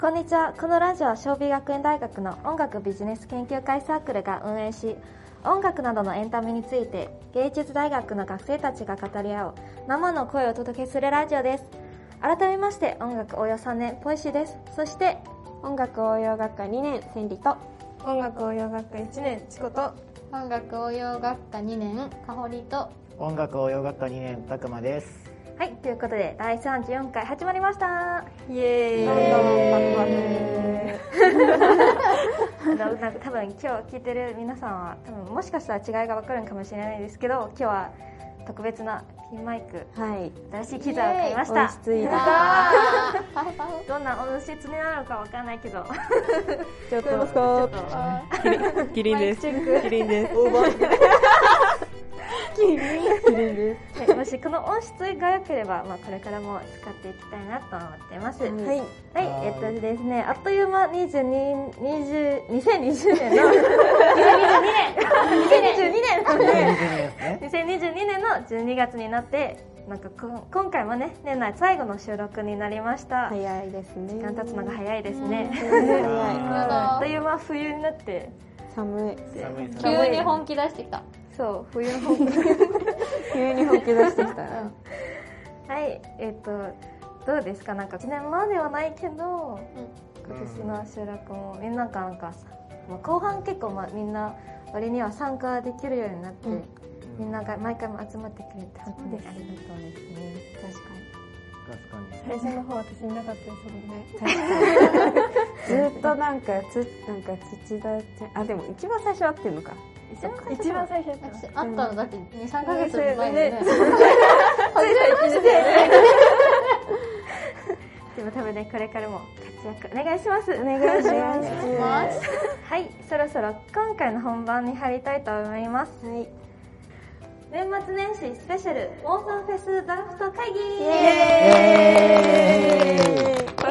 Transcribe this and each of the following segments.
こんにちは。このラジオは尚美学園大学の音楽ビジネス研究会サークルが運営し、音楽などのエンタメについて芸術大学の学生たちが語り合う生の声をお届けするラジオです。改めまして音楽応用3年ポイシです。そして音楽応用学科2年千里と音楽応用学科1年チコと音楽応用学科2年かほりと音楽応用学科2年たくまです。 はい、ということで第34回始まりました。 イエーイ。 なんか多分今日聞いてる皆さんは多分もしかしたら違いが分かるかもしれないですけど、今日は特別なピンマイク、新しい機材を買いました。 音質いいな。 どんな音質になるのか分からないけどちょっとキリンです。キリンです。キリンです。 はい、もしこの音質が良ければ、これからも使っていきたいなと思っています。はい、ですね、あっという間2020年の2022年の12月になって、なんか今回もね、年内最後の収録になりました。 早いですね。 時間経つのが早いですね。 あっという間冬になって寒い。 急に本気出してきた。 そう、冬の本気急に本気出してきた。 はい、どうですか。なんか1年前ではないけど、今年の収録もみんななんか後半結構みんな割には参加できるようになって、みんなが毎回も集まってくれて本当にありがとうですね。 確かに。 最初の方私いなかったですもんね。 ずっとなんか土田ちゃん、でも一番最初会ってんのか。 一番最初だった。 私会ったのだって 2,3 ヶ月前でね。 でも多分ね、これからも活躍お願いします。 お願いします。 はい、そろそろ今回の本番に入りたいと思います。 はい。 年末年始スペシャル妄想フェスドラフト会議。 イエーイ。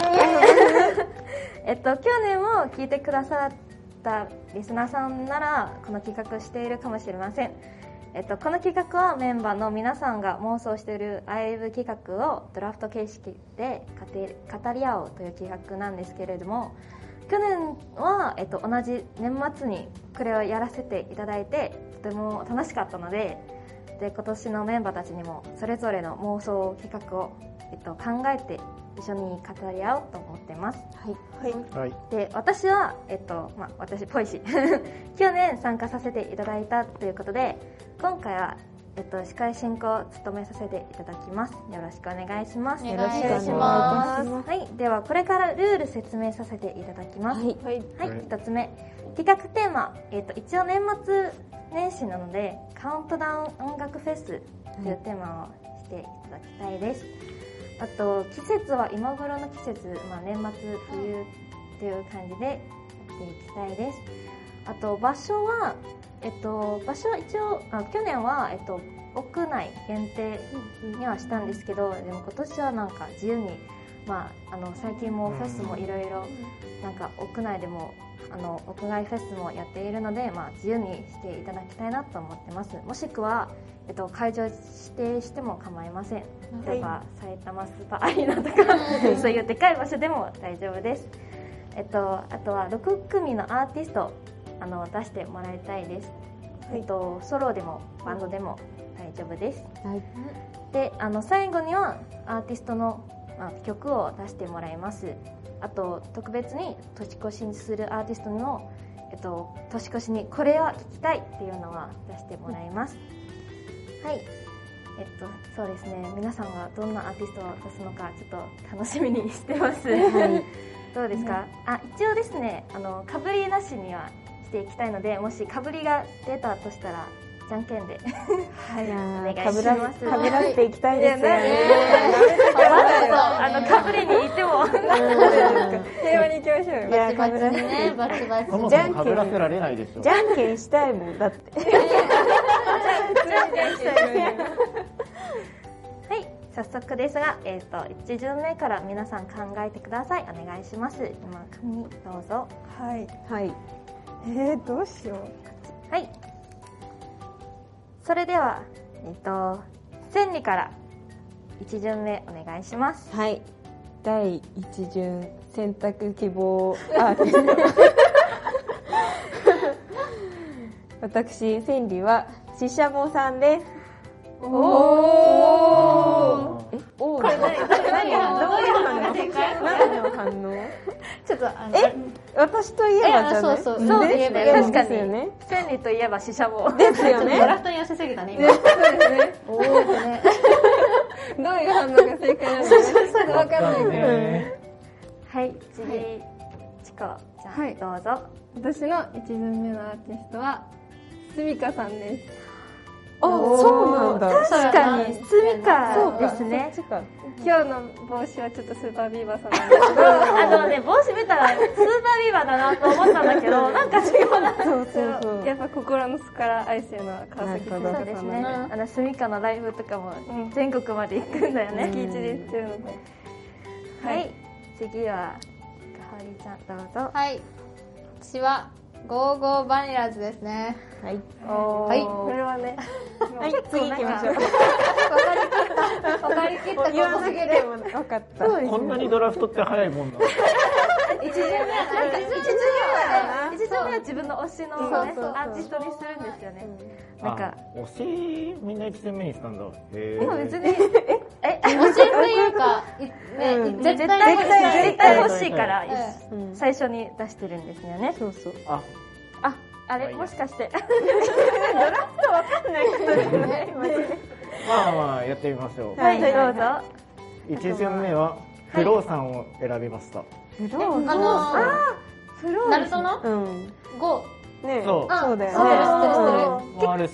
去年も聞いてくださったリスナーさんならこの企画しているかもしれません。この企画はメンバーの皆さんが妄想しているアイブ企画をドラフト形式で語り合おうという企画なんですけれども、去年は、同じ年末にこれをやらせていただいてとても楽しかったので、今年のメンバーたちにもそれぞれの妄想企画を、考えて一緒に語り合おうと思っています。 はい。 で、私は、私ポイシ去年参加させていただいたということで、今回は、司会進行を務めさせていただきます。よろしくお願いします。 お願いします。 はい、ではこれからルール説明させていただきます。はい、1つ目、企画テーマ、一応年末年始なのでカウントダウン音楽フェスというテーマをしていただきたいです。あと季節は今頃の季節、年末冬っていう感じでやっていきたいです。あと場所は一応去年は屋内限定にはしたんですけど、でも今年はなんか自由に、最近もフェスもいろいろなんか屋内でも屋外フェスもやっているので、自由にしていただきたいなと思ってます。もしくは会場指定しても構いません。例えば埼玉スーパーアリーナとかそういうでかい場所でも大丈夫です。あとは6組のアーティスト出してもらいたいです。ソロでもバンドでも大丈夫です。で、最後にはアーティストの、曲を出してもらいます。あと特別に年越しにするアーティストの、年越しにこれは聴きたいっていうのは出してもらいます。はい。そうですね。皆さんがどんなアーティストを出すのかちょっと楽しみにしてます。どうですか？一応ですね、かぶりなしにはしていきたいので、もしかぶりが出たとしたらじゃんけんでお願いします。 かぶらせていきたいですよね。 かぶりにいても平和に行きましょうよ。 バチバチね、バチバチ。 そもそもかぶらせられないでしょ。 じゃんけんしたいもんだって。 はい、早速ですが、1巡目から皆さん考えてください。お願いします。今紙どうぞ。 はい。どうしよう。 はい。それでは千里から1巡目お願いします。 はい。 第一巡選択希望アーティスト私千里はししゃもさんです。 おおこれ何どういう反応？ ちょっと私といえばじゃない？ そうです確かにですよね。 千里といえばシシャモですよね。 ドラフトに寄せすぎたね今。 そうですね。 おおね。 どういう反応が正解なのかわかんないけど。 はい次チコじゃあ、 はいどうぞ。 私の1巡目のアーティストはすみかさんです。 あ、そうなんだ。 確かにスミカそうかですね。 そっちか。 今日の帽子はちょっとスーパービーバーさんなんですけど、 帽子見たらスーパービーバーだなと思ったんだけどなんか違うな。 そうそうそう。 やっぱ心の巣から愛してるのは川崎すみかさんそうですね。 なんで、 スミカのライブとかも全国まで行くんだよね。 月一で行ってるので。 はい次はかはりちゃんどうぞ。 はい。私はゴーゴーバニラズですね。 はい。 はいこれはね、 はい、次行きましょう。 わかりきった言わことすぎる。 なくても分かった。 こんなにドラフトって早いもんなの？ 一巡目は自分の推しのねそうアーティストにするんですよね。なんか推しみんな1年目にしたんだ。へでも別に教えっていうか、ね、絶対欲しいからうん最初に出してるんですよね。 そうそう。 あれもしかしてまあまあやってみましょう。 はいどうぞ。 1巡目はフローさんを選びました。 ナルトのうん。 ゴね、 そうそうだよね。 知ってるもあるし、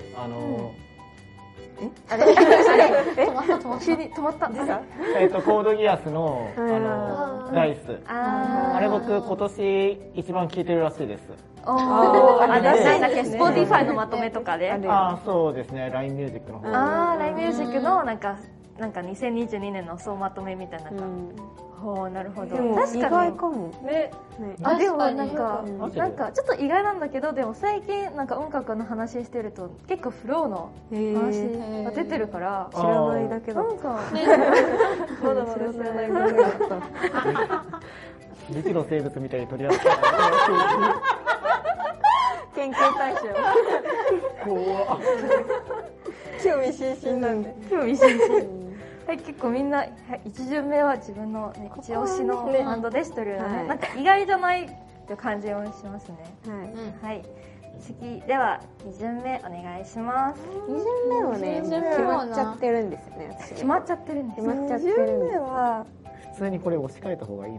止まった急に止まった。 コードギアスのダイス。あれ僕今年一番聴いてるらしいです。 なんだっけ、Spotify のまとめとかで。 そうですね、LINE ミュージックの方。 LINE ミュージックのなんか2022年の総まとめみたいな。ほう、なるほど。確かに。 意外かも。 ね、 でもなんマジでかちょっと意外なんだけど、でも最近なんか音楽の話してると結構フローの話が出てるから知らないだけだ。 なんかまだまだ知らないことがあった。 未知の生物みたいに取り扱って研究対象。 怖っ。 興味津々なんで。 興味津々。はい、結構みんな一巡目は自分のね一押しのバンドでしてるよね。なんか意外じゃないって感じもしますね。はい。次では2巡目お願いします。 2巡目はね、決まっちゃってるんですよね。 決まっちゃってるんです。 決まっちゃってるんです。 2巡目は普通にこれ押し替えた方がいいな。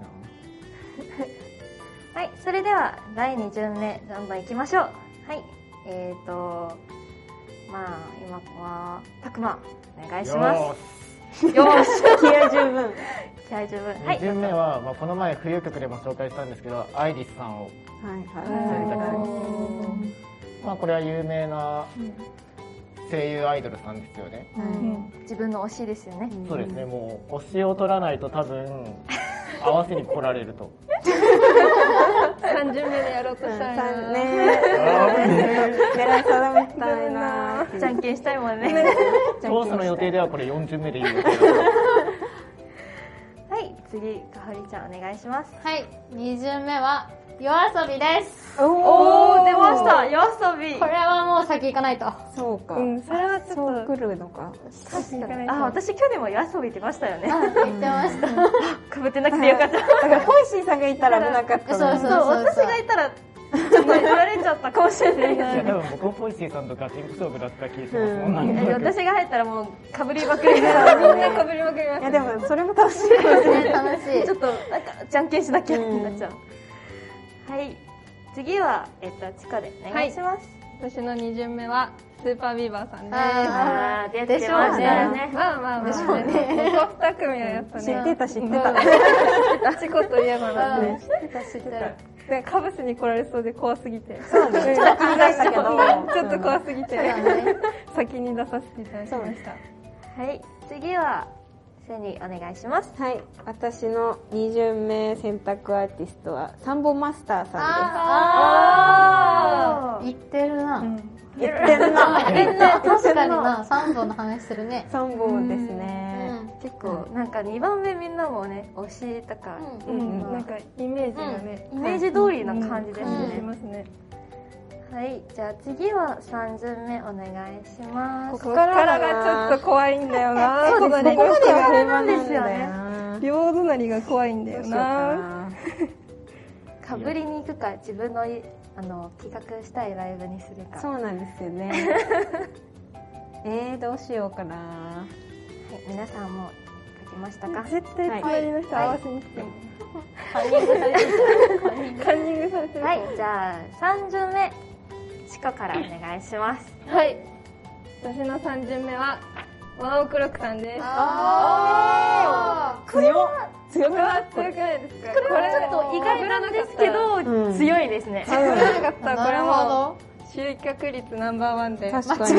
はい、それでは第2巡目どんどん行きましょう。はい、まあ今はたくまお願いします。よし、 気合十分。 気合十分。 2巡目は、この前冬曲でも紹介したんですけど、アイリスさんを選択します。これは有名な声優アイドルさんですよね。 自分の推しですよね。 そうですね、もう推しを取らないと多分合わせに来られると。 3巡目でやろうとしたいな。 ね狙い定めたいな。 じゃんけんしたいもんね。 当初の予定ではこれ4巡目でいいので。 はい、次かはりちゃんお願いします。 はい、2巡目は夜遊びです。 おー、出ました、夜遊び。 これはもう先行かないと。 そうか。 それはちょっと来るのか。 確かに。私去年も夜遊びってましたよね。 言ってました。 かぶってなくてよかった。 だからポイシーさんがいたら危なかった。 そう私がいたらちょっと取られちゃったかもしれない。 いや、多分僕もポイシーさんとガチンコ勝負だった気がします。 私が入ったらもうかぶりまくりで、みんなかぶりまくります。 いやでもそれも楽しいかもしれない。 楽しい。 ちょっとなんかじゃんけんしなきゃってなっちゃう。はい。次はチカでお願いします。 私の2巡目はスーパービーバーさんです。 出てましたよね。 まあでしょうね。ここ2組はやっぱね。 知ってた。 チコといえばなんで。 知ってる。 でカブスに来られそうで怖すぎて。 そうね。ちょっと気になったけど。 ちょっと怖すぎて。先に出させていただきました。 はい。次はセニお願いします。 はい。私の2巡目選択アーティストはサンボマスターさんです。言ってるな。 言ってるな。 確かにな。サンボの話するね。 サンボですね。 結構なんか2番目みんなもね推しとか、 なんかイメージがね、 イメージ通りな感じですね。 ますね。 はい、じゃあ次は3巡目お願いします。 ここからがちょっと怖いんだよな。 そうですね、ここまでは平凡ですよね。 両隣が怖いんだよな。 かぶりに行くか、自分の企画したいライブにするか。 そうなんですよね。どうしようかな。 はい、皆さんも書きましたか？ 絶対隣の人合わせに来て。 カンニングされてる。 カンニングされてる。 はい、じゃあ3巡目、チコからお願いします。 はい。私の3巡目はワンオクロックさんです。 強くない強くないですか？ これはちょっと意外なんですけど、強いですね。 被らなかったらこれも集客率ナンバーワンで。 確かに。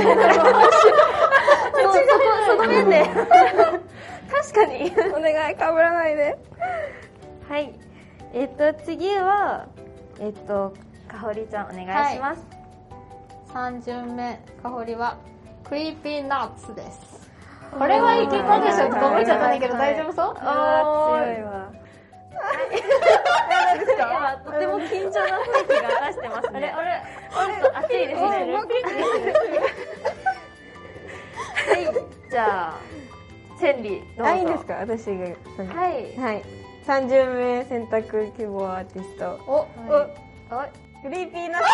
その面で。確かに。 お願い、被らないで。 はい。次は、かほりちゃんお願いします。 3巡目、かほりは、クリーピーナッツです。これはいけたでしょって思っちゃったんだけど大丈夫そう？ 強いわ。 今、とても緊張な雰囲気が出してますね。あれ熱いですね。はい、じゃあ、千里、どうぞ。 いいんですか？私が。 はい。 3巡目選択希望アーティスト。クリーピーナッツ。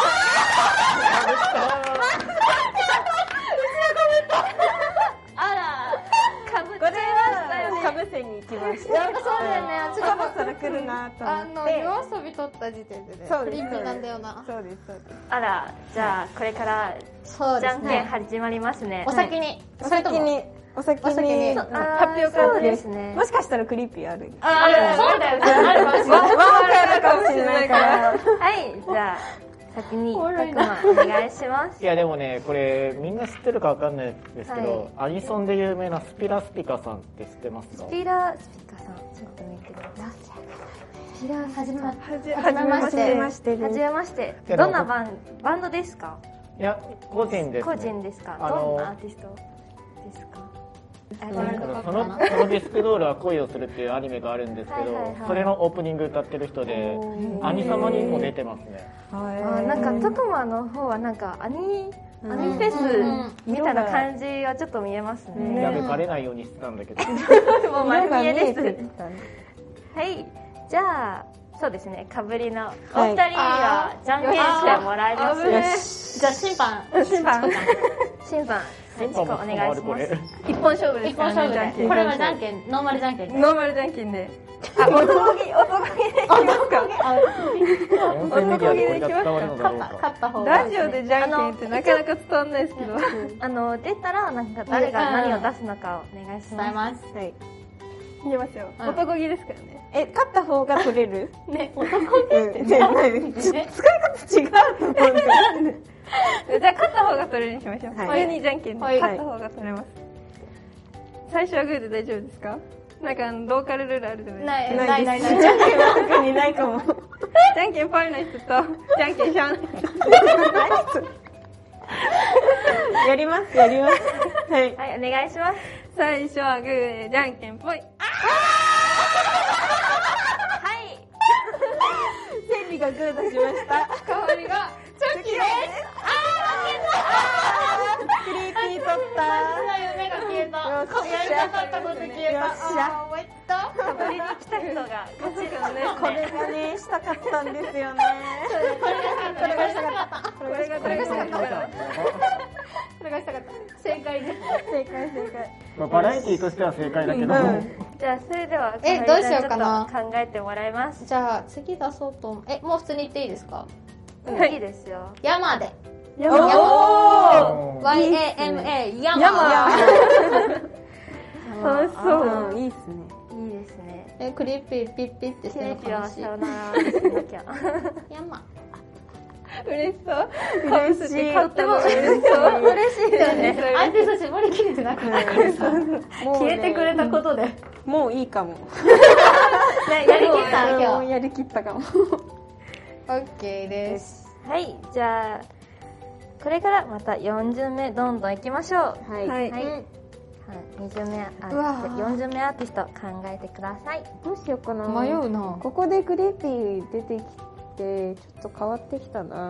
あら、かぶっちゃいましたよね。 かぶせに行きました。 そうだよね。 そろそろ来るなと思って。 夜遊び撮った時点でね。クリーピーなんだよな。 そうです。 あら、じゃあこれからじゃんけん始まりますね。 お先に発表そうですね。 もしかしたらクリーピーある。 そうだよね。あるかもしれない。 ワンオクあるかもしれないから。 はい、じゃあ先にたくまお願いします。 いやでもね、これみんな知ってるかわかんないですけど、アニソンで有名なスピラスピカさんって知ってますか？ スピラスピカさん、ちょっと見てください。スピラはじめまして。どんなバンドですか？ いや、個人です、ね。 個人ですか？どんなアーティストですか？ そのディスクドールは恋をするっていうアニメがあるんですけど、それのオープニング歌ってる人で、アニサマにも出てますね。 なんか、徳間の方はなんかアニフェスみたいな感じはちょっと見えますね。 破かれないようにしてたんだけど。 もう丸見えです。はい、じゃあ、そうですね、かぶりのお二人にはじゃんけんしてもらいます。 じゃあ審判。 チコお願いします。 一本勝負です。 これはじゃんけん、ノーマルじゃんけん。 ノーマルじゃんけんで。男気でいきますか？ 男気でいきますか？ 勝った方が。 ラジオでじゃんけんってなかなか伝わんないですけど。 出たらなんか誰が何を出すのかお願いします。 はい。 いきますよ。男気ですからね。 勝った方が取れる？ ね、男気って使い方違うと思うんで。 じゃあ勝った方が取れるにしましょう。これにじゃんけんで勝った方が取れます。最初はグーで大丈夫ですか？なんかローカルルールあるじゃないですか。 ない。 じゃんけんは特にないかも。 じゃんけんパイの人とじゃんけんシャーの人。 やります。 はい、お願いします。 最初はグーでじゃんけんぽい。 はい。 千里がグー出しました。 香りがチョキです。 クリーピー取った。 夢が消えた。やりたかったこと消えた。 かぶりに来た人が勝ちですね。 これがね、したかったんですよね。 これがしたかった。正解です。 正解。 バラエティとしては正解だけど。 じゃあそれではどうしようかな。 考えてもらいます。 じゃあ次出そうと思う。もう普通に言っていいですか？ いいですよ。 山で。 山。 YAMA 山。 楽しそう。 いいっすね。 いいですね。 クリーピーピッピッってしてるのかしい。 さよならしなきゃ。 山。 嬉しそう。 嬉しい。 とっても嬉しそう。 嬉しいですね。 アーティスト絞り切れてなくないですか？消えてくれたことで。 もういいかも。 やりきった今日。 やりきったかも。 OK です。 はい、じゃあこれからまた4巡目どんどんいきましょう。 はい。 2巡目4巡目アーティスト考えてください。 どうしようかな。 迷うな。 ここでクリーピー出てきて、ちょっと変わってきたな。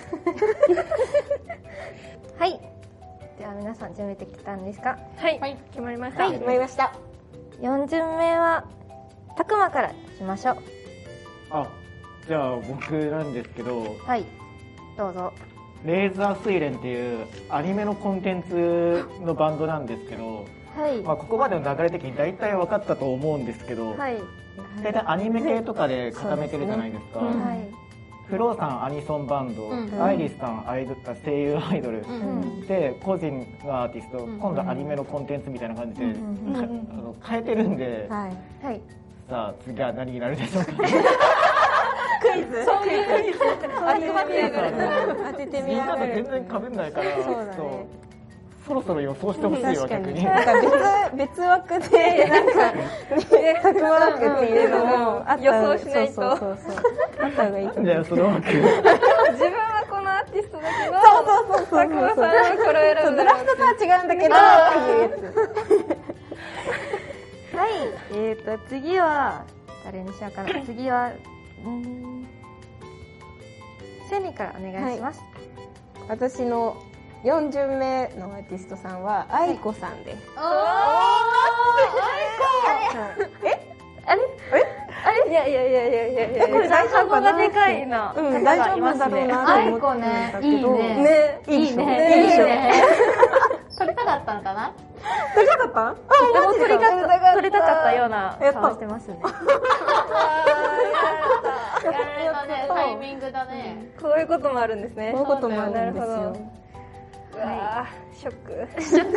はい。では皆さん準備できたんですか？ はい。決まりました。 はい、決まりました。 4巡目は、たくまからしましょう。 あ、じゃあ僕なんですけど、 はい。どうぞ。 レーザー睡蓮っていうアニメのコンテンツのバンドなんですけど、 はい。 まあここまでの流れ的に大体分かったと思うんですけど、 はい。 大体アニメ系とかで固めてるじゃないですか。 はい。 フローさんアニソンバンド、アイリスさん声優アイドル、で個人のアーティスト、今度アニメのコンテンツみたいな感じで、変えてるんで、 はい。 さあ次は何になるでしょうか。 クイズ。 そういうクイズ。 当ててみみんなとやがる。 全然被んないから、 そうだね。 そろそろ予想してほしいよ、 確か逆に。 に。なんか別枠で、なんか、たくま枠っていうのもあった。 予想しないと。 そう。あった方がいいと思う。 じゃあその枠。 自分はこのアーティストだけど、たくまさんはこれを選ぶ。 ドラフトとは違うんだけど、 はい。次は、誰にしようかな。次は、セニからお願いします。 私の4巡目のアーティストさんは、アイコさんです。 いや。 これ大丈夫がでかいな。 大丈夫だろうなと思ってたけど。 ね。いいね。撮りたかったんかな？ 撮りたかった？ でも撮りたかったような顔してますね。 やられたね、タイミングだね。 こういうこともあるんですね。 こういうこともあるんですよ。 うわー、ショック。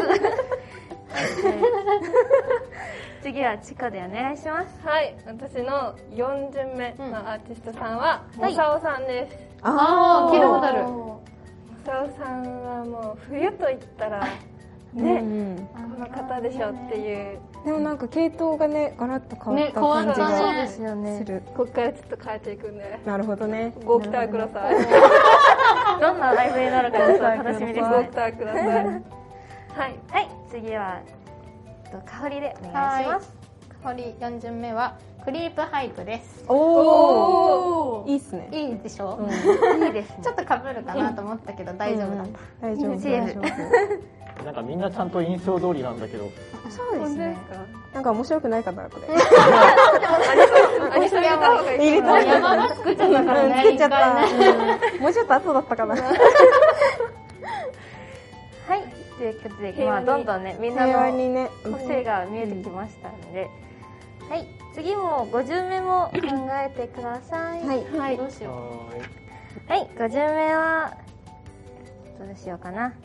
次はチコでお願いします。 はい、私の4巡目のアーティストさんは、モサオさんです。 聞いたことある。 モサオさんはもう冬と言ったら、ね、この方でしょっていう。 でもなんか系統がね、ガラッと変わった感じがする。 こっからちょっと変えていくんで。 なるほどね。 ご期待ください。 どんなライブになるかちょっと楽しみですね。 ご期待ください。はい。 はい、次は、かほりでお願いします。 かほり4巡目は、クリープハイプです。 おー、いいっすね。 いいでしょ？ いいですね。 ちょっと被るかなと思ったけど大丈夫だった。 大丈夫。 なんかみんなちゃんと印象通りなんだけど。 そうですね。なんか面白くないかな、これ。 アニソン入れた方がいい。 山場作っちゃったからね。 作っちゃった。もうちょっと後だったかな。 はい。ということで、まあどんどんね、みんなの個性が見えてきましたので、はい。次も5巡目も考えてください。 はい。どうしよう。 はい。5巡目は、どうしようかな。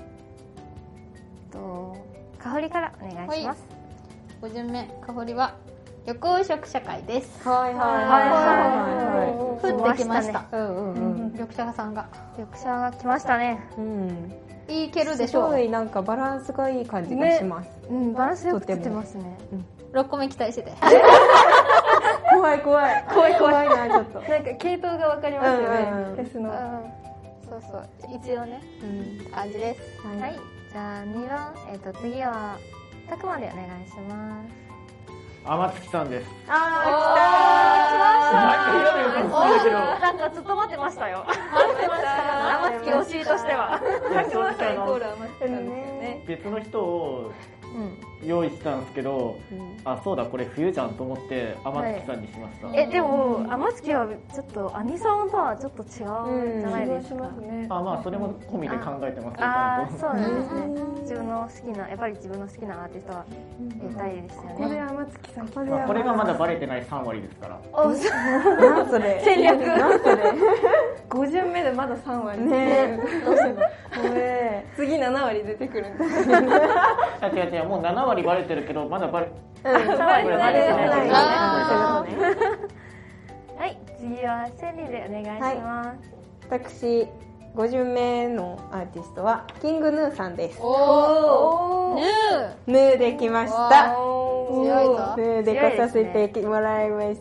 かほりからお願いします。 5巡目、かほりは、緑黄色社会です。 はい。 降ってきました。緑茶さんが。 緑茶が来ましたね。 いけるでしょう。 すごいなんかバランスがいい感じがします。 バランスよく撮ってますね。 6個目期待してて。 怖いな、ちょっと。 なんか系統がわかりますよね、フェスの。 そう。一応ね、感じです。 はい。じゃあ2番、次は、たくまでお願いします。 天月さんです。 来ました。なんかずっと待ってましたよ。天月推しとしては。 たくまさんイコール天月さんですよね。 別の人を用意したんですけど、あ、そうだ、これ冬じゃんと思って天月さんにしました。 でも天月はちょっとアニソンとはちょっと違うんじゃないですか。 まあそれも込みで考えてますけど。 そうなんですね。自分の好きな、やっぱり自分の好きなアーティストは入れたいですよね。 これ天月さん。 これがまだバレてない3割ですから。 なんそれ。 戦略。 なんそれ。 5巡目でまだ3割。 ねどうするの？次7割出てくるんだ。 違う、もう7割バレてるけど、まだバレてない。 はい 、次はセリでお願いします。 私、5巡目のアーティストは、キングヌーさんです。ヌーできました。 強いぞ。 ヌーで来させてもらいました。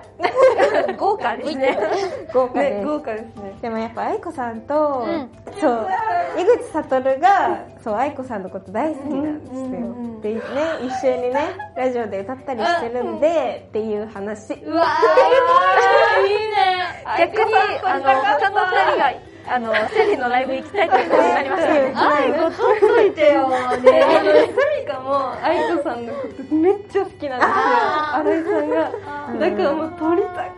豪華ですね。 豪華です。 豪華ですね。 でもやっぱ愛子さんとそう、井口悟が、そう、愛子さんのこと大好きなんですよ。で、ね、一緒にね、ラジオで歌ったりしてるんで、っていう話。 うわー、いいね。 逆に、他の2人が、セリのライブ行きたいということになりましたね。 はい、ごとっといてよ。で、スミカも愛子さんのことめっちゃ好きなんですよ。新井さんが。だからもう撮りたかった。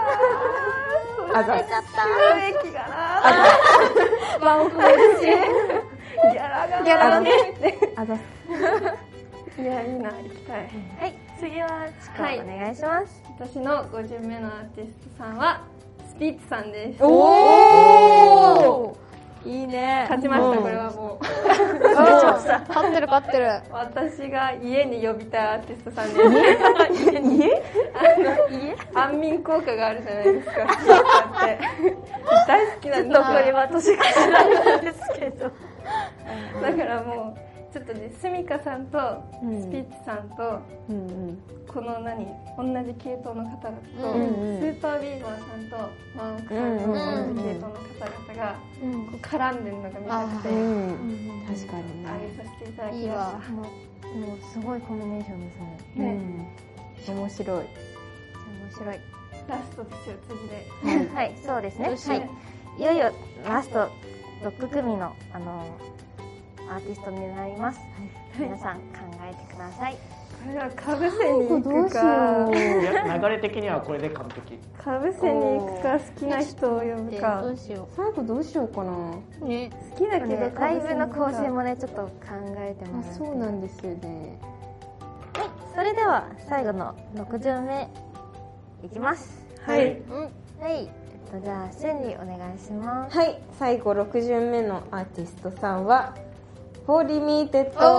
あざっ収益がなワンオクもいるし、ギャラがね。 あざっいや、いいな、行きたい。 はい、次はチコ、お願いします。 私の5巡目のアーティストさんはスピッツさんです。 おー、いいね。 勝ちました、これはもう。 勝ってる。 私が家に呼びたいアーティストさんです。家安眠効果があるじゃないですか。って大好きなんですよ。 これは年が知らないんですけど。 だからもうちょっとね、スミカさんとスピッツさんと、この同じ系統の方々と、スーパービーバーさんとワンオクさんの同じ系統の方々がこう絡んでるのが見たくて、 確かにあげさせていただきました。 もうすごいコンビネーションですね。 面白い。 面白い。 ラストですよ、次で。 はい、そうですね。はい。いよいよラスト6組のアーティストになります。皆さん考えてください。 これはかぶせに行くか。 いや、流れ的にはこれで完璧。 かぶせに行くか、好きな人を呼ぶか。 どうしよう。 最後どうしようかな。 ね、 好きだけどライブの更新もね、ちょっと考えてもらって。 そうなんですよね。 はい、それでは最後の6巡目いきます。 はい。 はい。じゃあシェンリーお願いします。 はい、最後6巡目のアーティストさんはフォーリミーテッドサ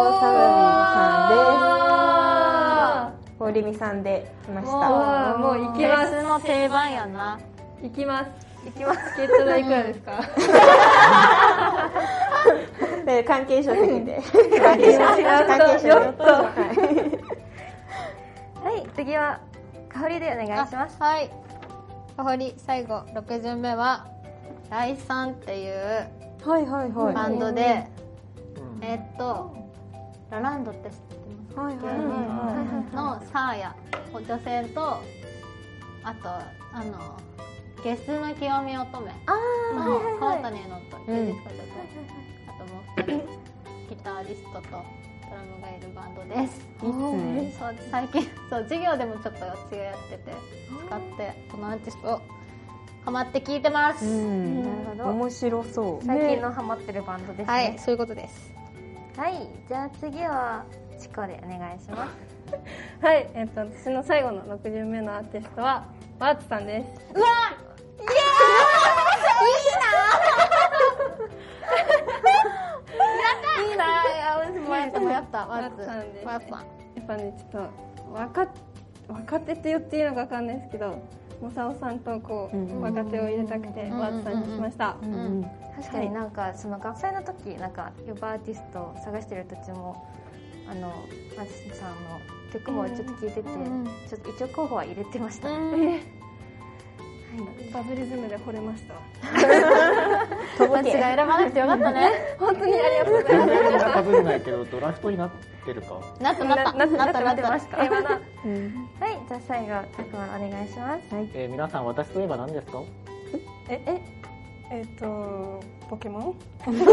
ムリンさんです。フォーリミさんで来ました。 もう行きます。 ベースの定番やな。 行きます。 いきます。 チケット代いくらですか？ 関係書籍で。 関係書籍。 はい、次はかほりでお願いします。 はい。かほり、最後6巡目はライさんっていうバンドで、ラランドって知ってますか？のサーヤ、女性と、あとゲスの清美乙女の川谷のと休日家と、あともう2人ギタリストとドラムがいるバンドです。 いいっすね。 そう、最近そう授業でもちょっと私がやってて使ってこのアーティストをハマって聴いてます。 なるほど。 面白そう。 最近のハマってるバンドですね。 はい、そういうことです。 はい、じゃあ次はチコでお願いします。 はい、私の最後の6巡目のアーティストはワーツさんです。 うわ、イエーイ、いいな。もやったワーツさんです。やっぱね、ちょっと若手って言っていいのか分かんないですけど、モサオさんとこう若手を入れたくてワーツさんにしました。 確かになんかその合祭の時なんか呼ぶアーティストを探してる途中もワーツさんの曲もちょっと聴いてて、ちょっと一応候補は入れてました。 バズリズムで惚れました。 私が選ばなくてよかったね。 本当にありがとうございます。 全然かぶれないけどドラフトになってるか。 なってました。 はい、じゃあ最後たくまお願いします。 皆さん私といえば何ですか？ ポケモン？ それ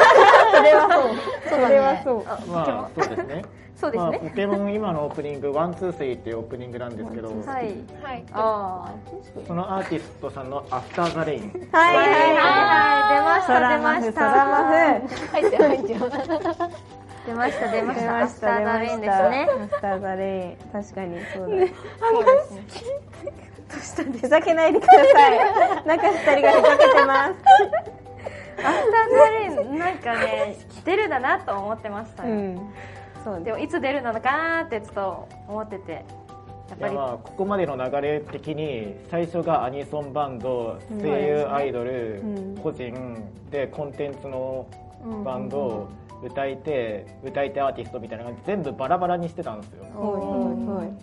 はそう。 まあそうですね。 そうですね。 ポケモン今のオープニング1、2、3っていうオープニングなんですけど、 はい。 そのアーティストさんのアフターザレイン。 はい。 出ました。 空マフ。 入って入って。 出ました。アフターザレインですね。 アフターザレイン。確かにそうだ。ふざけないでください。中2人がふざけてます。 アフターザレインなんかね出るだなと思ってましたよ。でもいつ出るのかなってちょっと思ってて、 やっぱりここまでの流れ的に最初がアニソンバンド、声優アイドル、個人でコンテンツのバンド、歌い手アーティストみたいな感じで全部バラバラにしてたんですよ。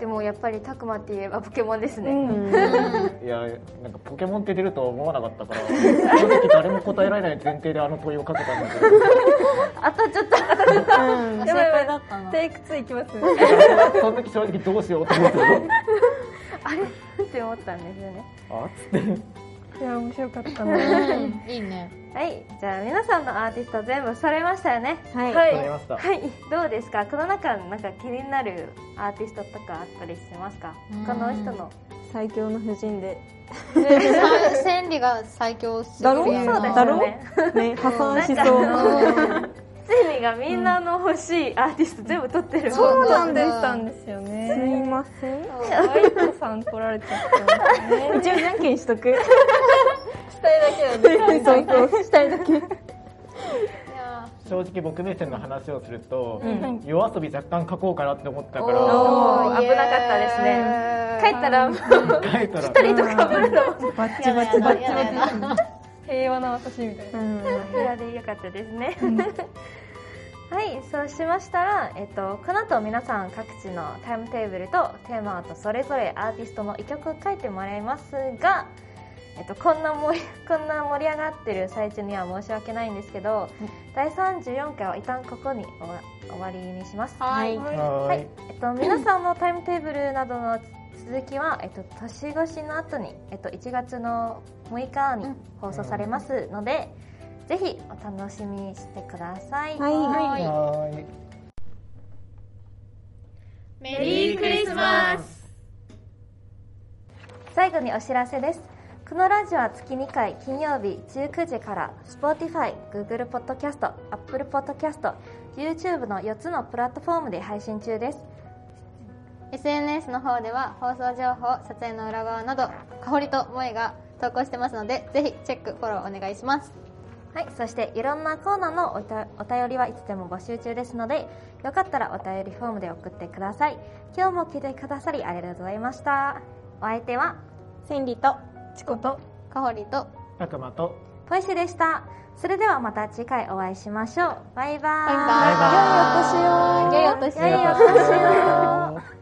でもやっぱりたくまって言えばポケモンですね。 いやなんかポケモンって出るとは思わなかったから、正直誰も答えられない前提であの問いをかけたんだけど。 当たっちゃった。 正解だったな。 テイク2いきます。 その時正直どうしようと思って。 あれって思ったんですよね。 あっつって。 いや面白かったな。 いいね。 はい、じゃあ皆さんのアーティスト全部されましたよね。 はい。 わかりました。 はい、どうですか。この中なんか気になるアーティストとかあったりしますか。この人の最強の夫人で。 千里が最強すだろ。 そうですよね。 ね、破産しそう。 千里がみんなの欲しいアーティスト全部取ってる。 そうなんですよね。 すいません。 愛子さん取られちゃったんですね。 一応じゃんけんしとく。 したいだけはね。 そうそう、したいだけ。 正直僕目線の話をすると、夜遊び若干書こうかなって思ったから、 危なかったですね。帰ったら一人とかぶるのバッチバチバッチバチ。平和な私みたいな。 平和でよかったですね。はい、そうしましたら、この後皆さん各地のタイムテーブルとテーマとそれぞれアーティストの一曲を書いてもらいますが、こんな盛り上がってる最中には申し訳ないんですけど、第34回は一旦ここに終わりにします。 はい。 はい。皆さんのタイムテーブルなどの続きは、年越しの後に、1月の6日に放送されますので、ぜひお楽しみにしてください。 はい。 メリークリスマス。 最後にお知らせです。このラジオは月2回金曜日19時から Spotify、Google Podcast、Apple Podcast、YouTube の4つのプラットフォームで配信中です。 SNS の方では放送情報、撮影の裏側など、かほりともえが投稿してますので、ぜひチェック、フォローお願いします。 はい、そしていろんなコーナーのお便りはいつでも募集中ですので、よかったらお便りフォームで送ってください。今日も聞いてくださりありがとうございました。お相手は千里とチコとかほりとたくまとポイシでした。それではまた次回お会いしましょう。バイバイ。 バイバイ。良いお年を。 良いお年を。